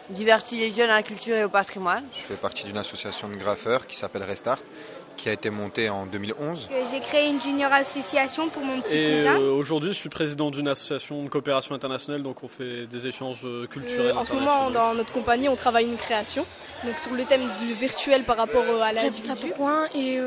divertit les jeunes à la culture et au patrimoine. Je fais partie d'une association de graffeurs qui s'appelle Restart, qui a été montée en 2011. J'ai créé une junior association pour mon petit cousin. Aujourd'hui, je suis président d'une association de coopération internationale, donc on fait des échanges culturels. En ce moment, dans notre compagnie, on travaille une création, donc sur le thème du virtuel par rapport à la J'habite à Tourcoing et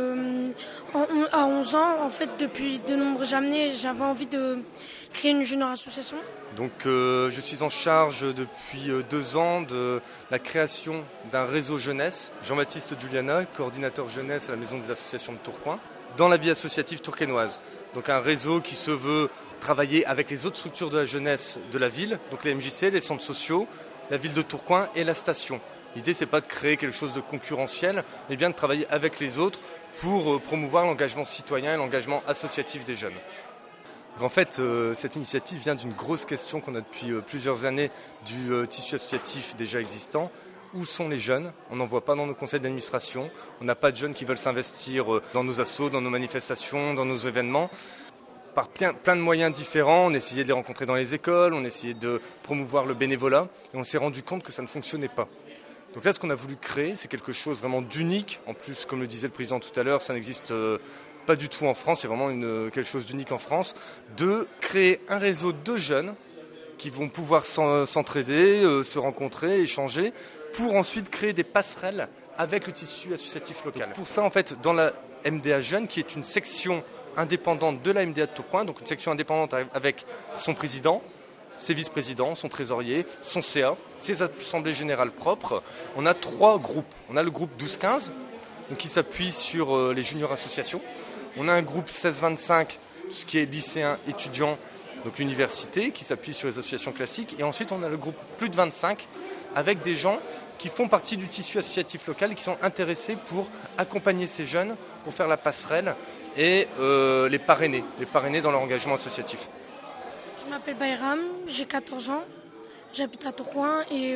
à 11 ans, en fait, depuis de nombreuses années, j'avais envie de créer une junior association. Donc je suis en charge depuis 2 ans de la création d'un réseau jeunesse. Jean-Baptiste Giuliana, coordinateur jeunesse à la Maison des associations de Tourcoing, dans la vie associative tourquenoise. Donc un réseau qui se veut travailler avec les autres structures de la jeunesse de la ville, donc les MJC, les centres sociaux, la ville de Tourcoing et la station. L'idée, c'est pas de créer quelque chose de concurrentiel, mais bien de travailler avec les autres pour promouvoir l'engagement citoyen et l'engagement associatif des jeunes. En fait, cette initiative vient d'une grosse question qu'on a depuis plusieurs années du tissu associatif déjà existant. Où sont les jeunes ? On n'en voit pas dans nos conseils d'administration. On n'a pas de jeunes qui veulent s'investir dans nos assos, dans nos manifestations, dans nos événements. Par plein de moyens différents, on essayait de les rencontrer dans les écoles, on essayait de promouvoir le bénévolat et on s'est rendu compte que ça ne fonctionnait pas. Donc là, ce qu'on a voulu créer, c'est quelque chose vraiment d'unique. En plus, comme le disait le président tout à l'heure, ça n'existe pas du tout en France, c'est vraiment quelque chose d'unique en France, de créer un réseau de jeunes qui vont pouvoir s'entraider, se rencontrer, échanger, pour ensuite créer des passerelles avec le tissu associatif local. Pour ça, en fait, dans la MDA Jeunes, qui est une section indépendante de la MDA de Tourcoing, donc une section indépendante avec son président, ses vice-présidents, son trésorier, son CA, ses assemblées générales propres, on a 3 groupes. On a le groupe 12-15, donc qui s'appuie sur les juniors associations. On a un groupe 16-25, tout ce qui est lycéens, étudiants, donc université, qui s'appuie sur les associations classiques. Et ensuite, on a le groupe plus de 25, avec des gens qui font partie du tissu associatif local et qui sont intéressés pour accompagner ces jeunes, pour faire la passerelle et les parrainer dans leur engagement associatif. Je m'appelle Bayram, j'ai 14 ans, j'habite à Tourcoing et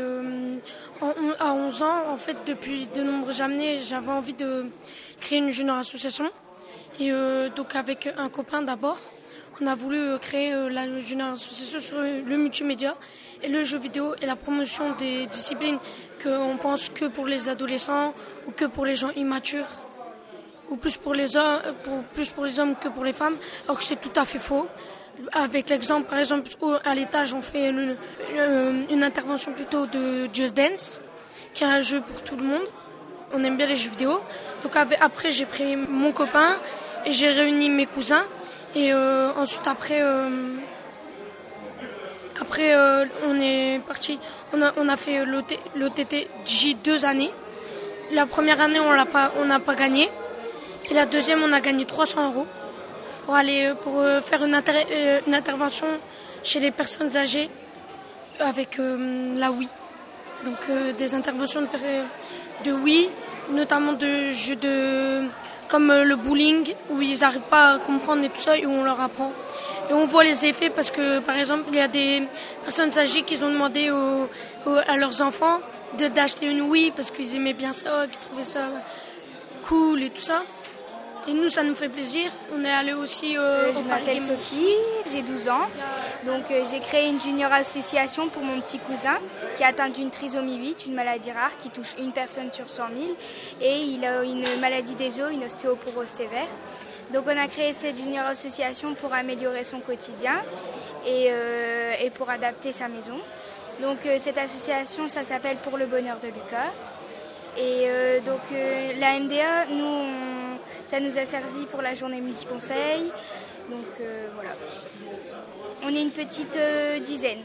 à 11 ans, en fait, depuis de nombreuses années, j'avais envie de créer une junior association. Et donc avec un copain d'abord, on a voulu créer la junior association sur le multimédia et le jeu vidéo et la promotion des disciplines qu'on pense que pour les adolescents ou que pour les gens immatures ou plus pour les hommes que pour les femmes, alors que c'est tout à fait faux. Avec l'exemple, par exemple, à l'étage, on fait une intervention plutôt de Just Dance, qui est un jeu pour tout le monde. On aime bien les jeux vidéo. Donc après, j'ai pris mon copain et j'ai réuni mes cousins. Et ensuite, après, on est parti. On a fait l'OTTJ 2 années. La première année, on n'a pas gagné. Et la deuxième, on a gagné 300 € pour faire une intervention chez les personnes âgées avec la Wii. Donc des interventions de Wii, notamment de jeux comme le bowling, où ils n'arrivent pas à comprendre et tout ça, et où on leur apprend. Et on voit les effets parce que, par exemple, il y a des personnes âgées qui ont demandé à leurs enfants d'acheter une Wii parce qu'ils aimaient bien ça, qu'ils trouvaient ça cool et tout ça. Et nous, ça nous fait plaisir. On est allé aussi Je m'appelle Sophie, j'ai 12 ans. Donc j'ai créé une junior association pour mon petit cousin qui est atteint d'une trisomie 8, une maladie rare qui touche une personne sur 100 000. Et il a une maladie des os, une ostéoporose sévère. Donc on a créé cette junior association pour améliorer son quotidien et pour adapter sa maison. Donc cette association, ça s'appelle Pour le bonheur de Lucas. Et donc la MDA, ça nous a servi pour la journée multi-conseil. Donc voilà. On est une petite dizaine.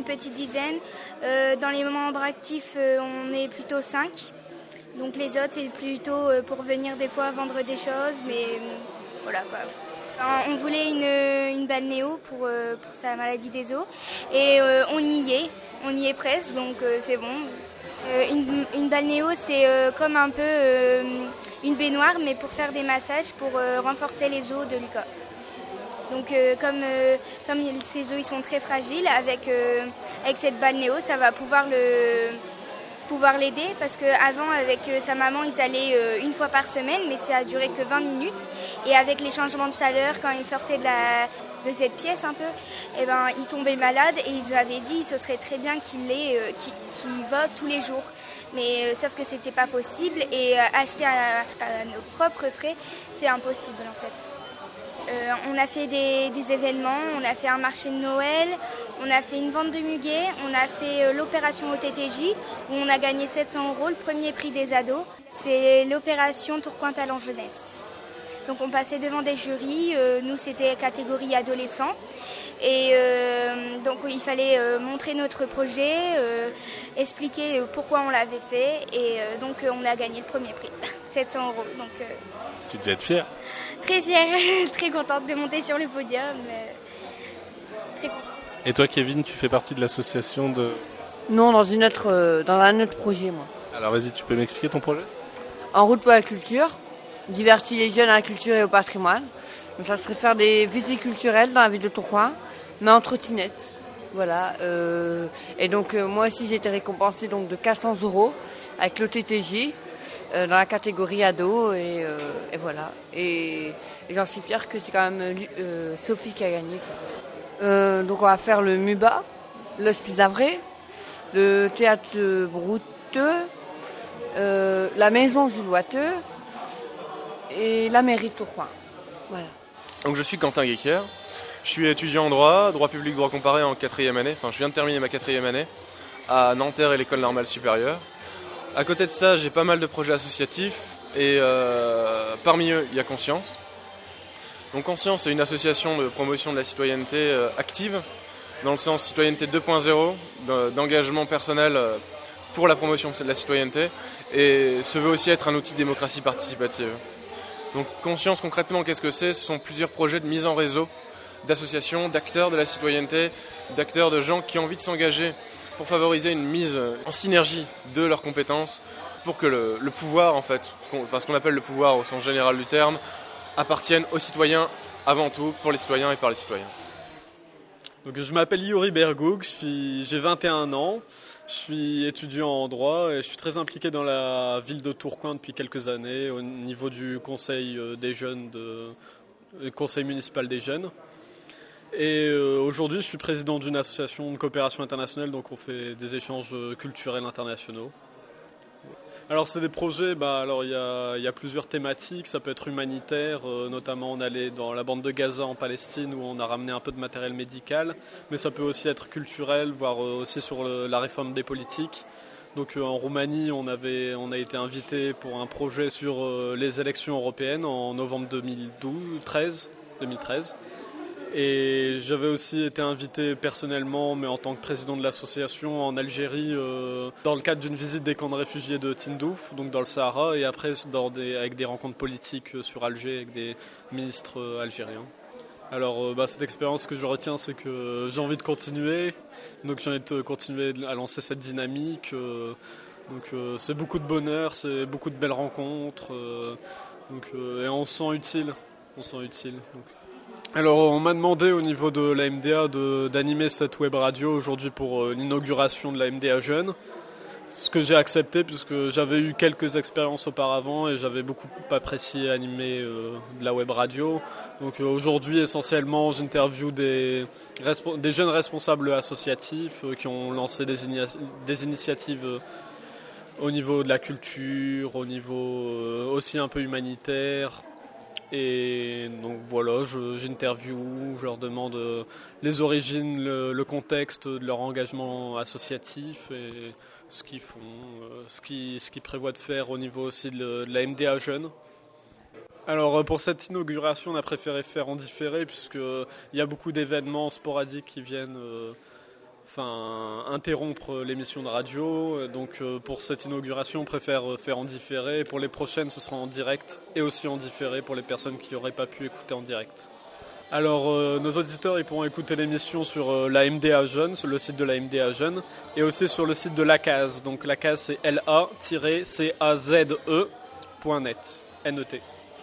Dans les membres actifs, on est plutôt 5. Donc les autres, c'est plutôt pour venir des fois vendre des choses. Mais voilà quoi. On voulait une balnéo pour sa maladie des os. Et on y est presque, donc c'est bon. Une balnéo, c'est comme un peu une baignoire, mais pour faire des massages, pour renforcer les os de Lucas. Donc comme ses os ils sont très fragiles, avec cette balnéo, ça va pouvoir l'aider, parce qu'avant, avec sa maman, ils allaient une fois par semaine, mais ça a duré que 20 minutes. Et avec les changements de chaleur, quand ils sortaient cette pièce un peu, et ben, ils tombaient malades et ils avaient dit ce serait très bien qu'ils votent tous les jours. Mais sauf que c'était pas possible et acheter à nos propres frais, c'est impossible en fait. On a fait des événements, on a fait un marché de Noël, on a fait une vente de muguet, on a fait l'opération OTTJ où on a gagné 700 €, le premier prix des ados. C'est l'opération Tourcoing Talent Jeunesse. Donc on passait devant des jurys, nous c'était catégorie adolescents. Et donc il fallait montrer notre projet, expliquer pourquoi on l'avait fait. Et donc on a gagné le premier prix, 700 €. Donc, tu devais être fière. Très fière, très contente de monter sur le podium. Très contente. Et toi Kevin, tu fais partie de l'association de... Non, dans un autre projet, moi. Alors vas-y, tu peux m'expliquer ton projet ? En route pour la culture, divertir les jeunes à la culture et au patrimoine. Donc ça serait faire des visites culturelles dans la ville de Tourcoing, mais en trottinette. Voilà. Et donc moi aussi j'ai été récompensée donc, de 400 € avec l'OTTJ dans la catégorie ado et voilà. Et j'en suis fière que c'est quand même Sophie qui a gagné. Donc on va faire le MUBA, l'Hospice d'Avray, le théâtre Brouteux, la maison Jules Watteux et la mairie de Tourcoing. Voilà. Donc je suis Quentin Guéquer, je suis étudiant en droit public, droit comparé en 4e année, enfin je viens de terminer ma 4e année à Nanterre et l'école normale supérieure. À côté de ça, j'ai pas mal de projets associatifs et parmi eux, il y a Conscience. Donc Conscience, c'est une association de promotion de la citoyenneté active, dans le sens citoyenneté 2.0, d'engagement personnel pour la promotion de la citoyenneté et se veut aussi être un outil de démocratie participative. Donc Conscience, concrètement, qu'est-ce que c'est ? Ce sont plusieurs projets de mise en réseau d'associations, d'acteurs de la citoyenneté, d'acteurs de gens qui ont envie de s'engager pour favoriser une mise en synergie de leurs compétences pour que le pouvoir, en fait, ce qu'on appelle le pouvoir au sens général du terme, appartienne aux citoyens avant tout, pour les citoyens et par les citoyens. Donc, je m'appelle Yuri Bergoug, j'ai 21 ans. Je suis étudiant en droit et je suis très impliqué dans la ville de Tourcoing depuis quelques années au niveau du conseil des jeunes, conseil municipal des jeunes. Et aujourd'hui, je suis président d'une association de coopération internationale, donc on fait des échanges culturels internationaux. Alors c'est des projets, alors il y a plusieurs thématiques, ça peut être humanitaire, notamment on allait dans la bande de Gaza en Palestine où on a ramené un peu de matériel médical, mais ça peut aussi être culturel, voire aussi sur la réforme des politiques. Donc en Roumanie, on a été invité pour un projet sur les élections européennes en novembre 2013. Et j'avais aussi été invité personnellement, mais en tant que président de l'association en Algérie, dans le cadre d'une visite des camps de réfugiés de Tindouf, donc dans le Sahara, et après avec des rencontres politiques sur Alger avec des ministres algériens. Alors cette expérience que je retiens, c'est que j'ai envie de continuer, donc j'ai envie de continuer à lancer cette dynamique. C'est beaucoup de bonheur, c'est beaucoup de belles rencontres, et on se sent utile. Donc. Alors on m'a demandé au niveau de la MDA d'animer cette web radio aujourd'hui pour l'inauguration de la MDA Jeune. Ce que j'ai accepté puisque j'avais eu quelques expériences auparavant et j'avais beaucoup apprécié animer de la web radio. Donc aujourd'hui essentiellement j'interviewe des jeunes responsables associatifs qui ont lancé des initiatives au niveau de la culture, au niveau aussi un peu humanitaire. Et donc voilà, j'interviewe, je leur demande les origines, le contexte de leur engagement associatif et ce qu'ils font, ce qu'ils prévoient de faire au niveau aussi de la MDA Jeune. Alors pour cette inauguration, on a préféré faire en différé puisqu'il y a beaucoup d'événements sporadiques qui viennent interrompre l'émission de radio. Donc pour cette inauguration, on préfère faire en différé. Pour les prochaines, ce sera en direct et aussi en différé pour les personnes qui n'auraient pas pu écouter en direct. Alors nos auditeurs ils pourront écouter l'émission sur la MDA Jeune, sur le site de la MDA Jeune, et aussi sur le site de l'ACAZ. Donc l'ACAZ c'est la-caze.net. N-E-T.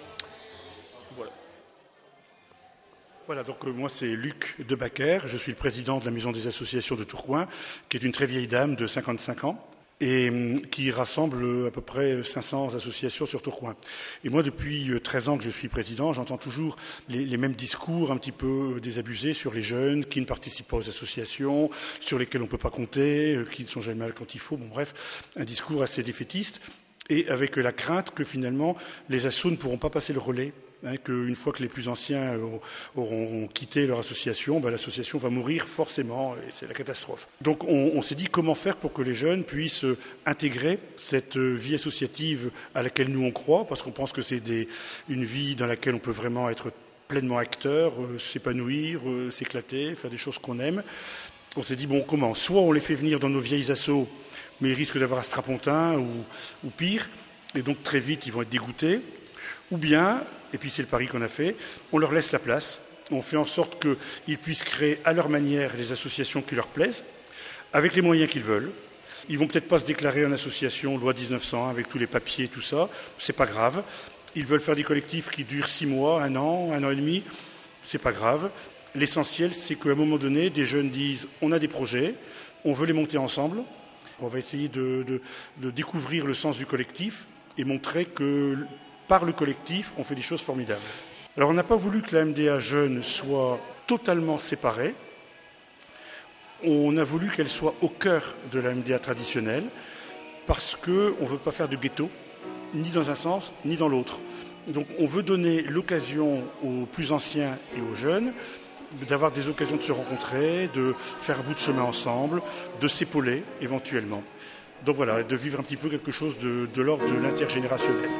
Voilà, donc moi c'est Luc Debacker, je suis le président de la Maison des associations de Tourcoing, qui est une très vieille dame de 55 ans. et qui rassemble à peu près 500 associations sur Tourcoing. Et moi, depuis 13 ans que je suis président, j'entends toujours les mêmes discours un petit peu désabusés sur les jeunes qui ne participent pas aux associations, sur lesquels on ne peut pas compter, qui ne sont jamais là quand il faut. Bon, bref, un discours assez défaitiste et avec la crainte que finalement les assos ne pourront pas passer le relais. Qu'une fois que les plus anciens auront quitté leur association, l'association va mourir forcément et c'est la catastrophe. Donc on s'est dit comment faire pour que les jeunes puissent intégrer cette vie associative à laquelle nous on croit, parce qu'on pense que c'est une vie dans laquelle on peut vraiment être pleinement acteur, s'épanouir, s'éclater, faire des choses qu'on aime. On s'est dit bon comment ? Soit on les fait venir dans nos vieilles assos, mais ils risquent d'avoir un strapontin ou pire, et donc très vite ils vont être dégoûtés, ou bien, et puis c'est le pari qu'on a fait, on leur laisse la place, on fait en sorte qu'ils puissent créer à leur manière les associations qui leur plaisent, avec les moyens qu'ils veulent. Ils vont peut-être pas se déclarer en association loi 1901 avec tous les papiers et tout ça, c'est pas grave. Ils veulent faire des collectifs qui durent 6 mois, 1 an et demi, c'est pas grave. L'essentiel, c'est qu'à un moment donné, des jeunes disent on a des projets, on veut les monter ensemble, on va essayer de découvrir le sens du collectif et montrer que par le collectif, on fait des choses formidables. Alors on n'a pas voulu que la MDA jeune soit totalement séparée. On a voulu qu'elle soit au cœur de la MDA traditionnelle parce qu'on ne veut pas faire de ghetto, ni dans un sens, ni dans l'autre. Donc on veut donner l'occasion aux plus anciens et aux jeunes d'avoir des occasions de se rencontrer, de faire un bout de chemin ensemble, de s'épauler éventuellement. Donc voilà, de vivre un petit peu quelque chose de l'ordre de l'intergénérationnel.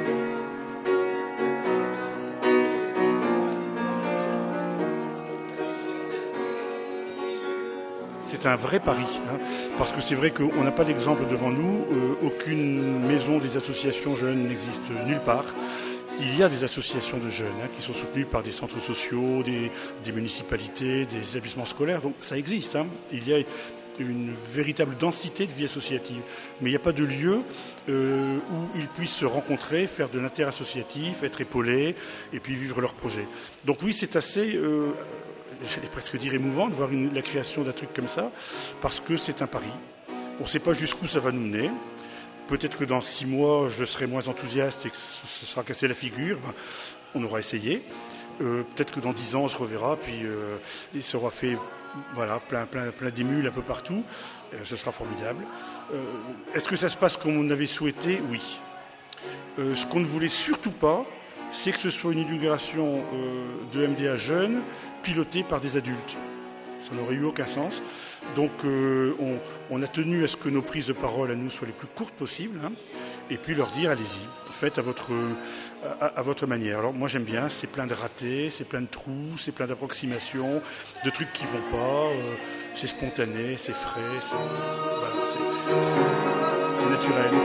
C'est un vrai pari, parce que c'est vrai qu'on n'a pas d'exemple devant nous. Aucune maison des associations jeunes n'existe nulle part. Il y a des associations de jeunes qui sont soutenues par des centres sociaux, des municipalités, des établissements scolaires. Donc ça existe. Il y a une véritable densité de vie associative. Mais il n'y a pas de lieu où ils puissent se rencontrer, faire de l'interassociatif, être épaulés et puis vivre leurs projets. Donc oui, c'est assez... j'allais presque dire émouvant de voir la création d'un truc comme ça, parce que c'est un pari. On ne sait pas jusqu'où ça va nous mener. Peut-être que dans 6 mois, je serai moins enthousiaste et que ce sera cassé la figure. On aura essayé. Peut-être que dans 10 ans, on se reverra, puis il sera fait plein d'émules un peu partout. Ce sera formidable. Est-ce que ça se passe comme on avait souhaité ? Oui. Ce qu'on ne voulait surtout pas, c'est que ce soit une inauguration de MDA jeune pilotée par des adultes. Ça n'aurait eu aucun sens. Donc on a tenu à ce que nos prises de parole à nous soient les plus courtes possibles, et puis leur dire allez-y, faites à votre manière. Alors moi j'aime bien, c'est plein de ratés, c'est plein de trous, c'est plein d'approximations, de trucs qui vont pas, c'est spontané, c'est frais, c'est naturel.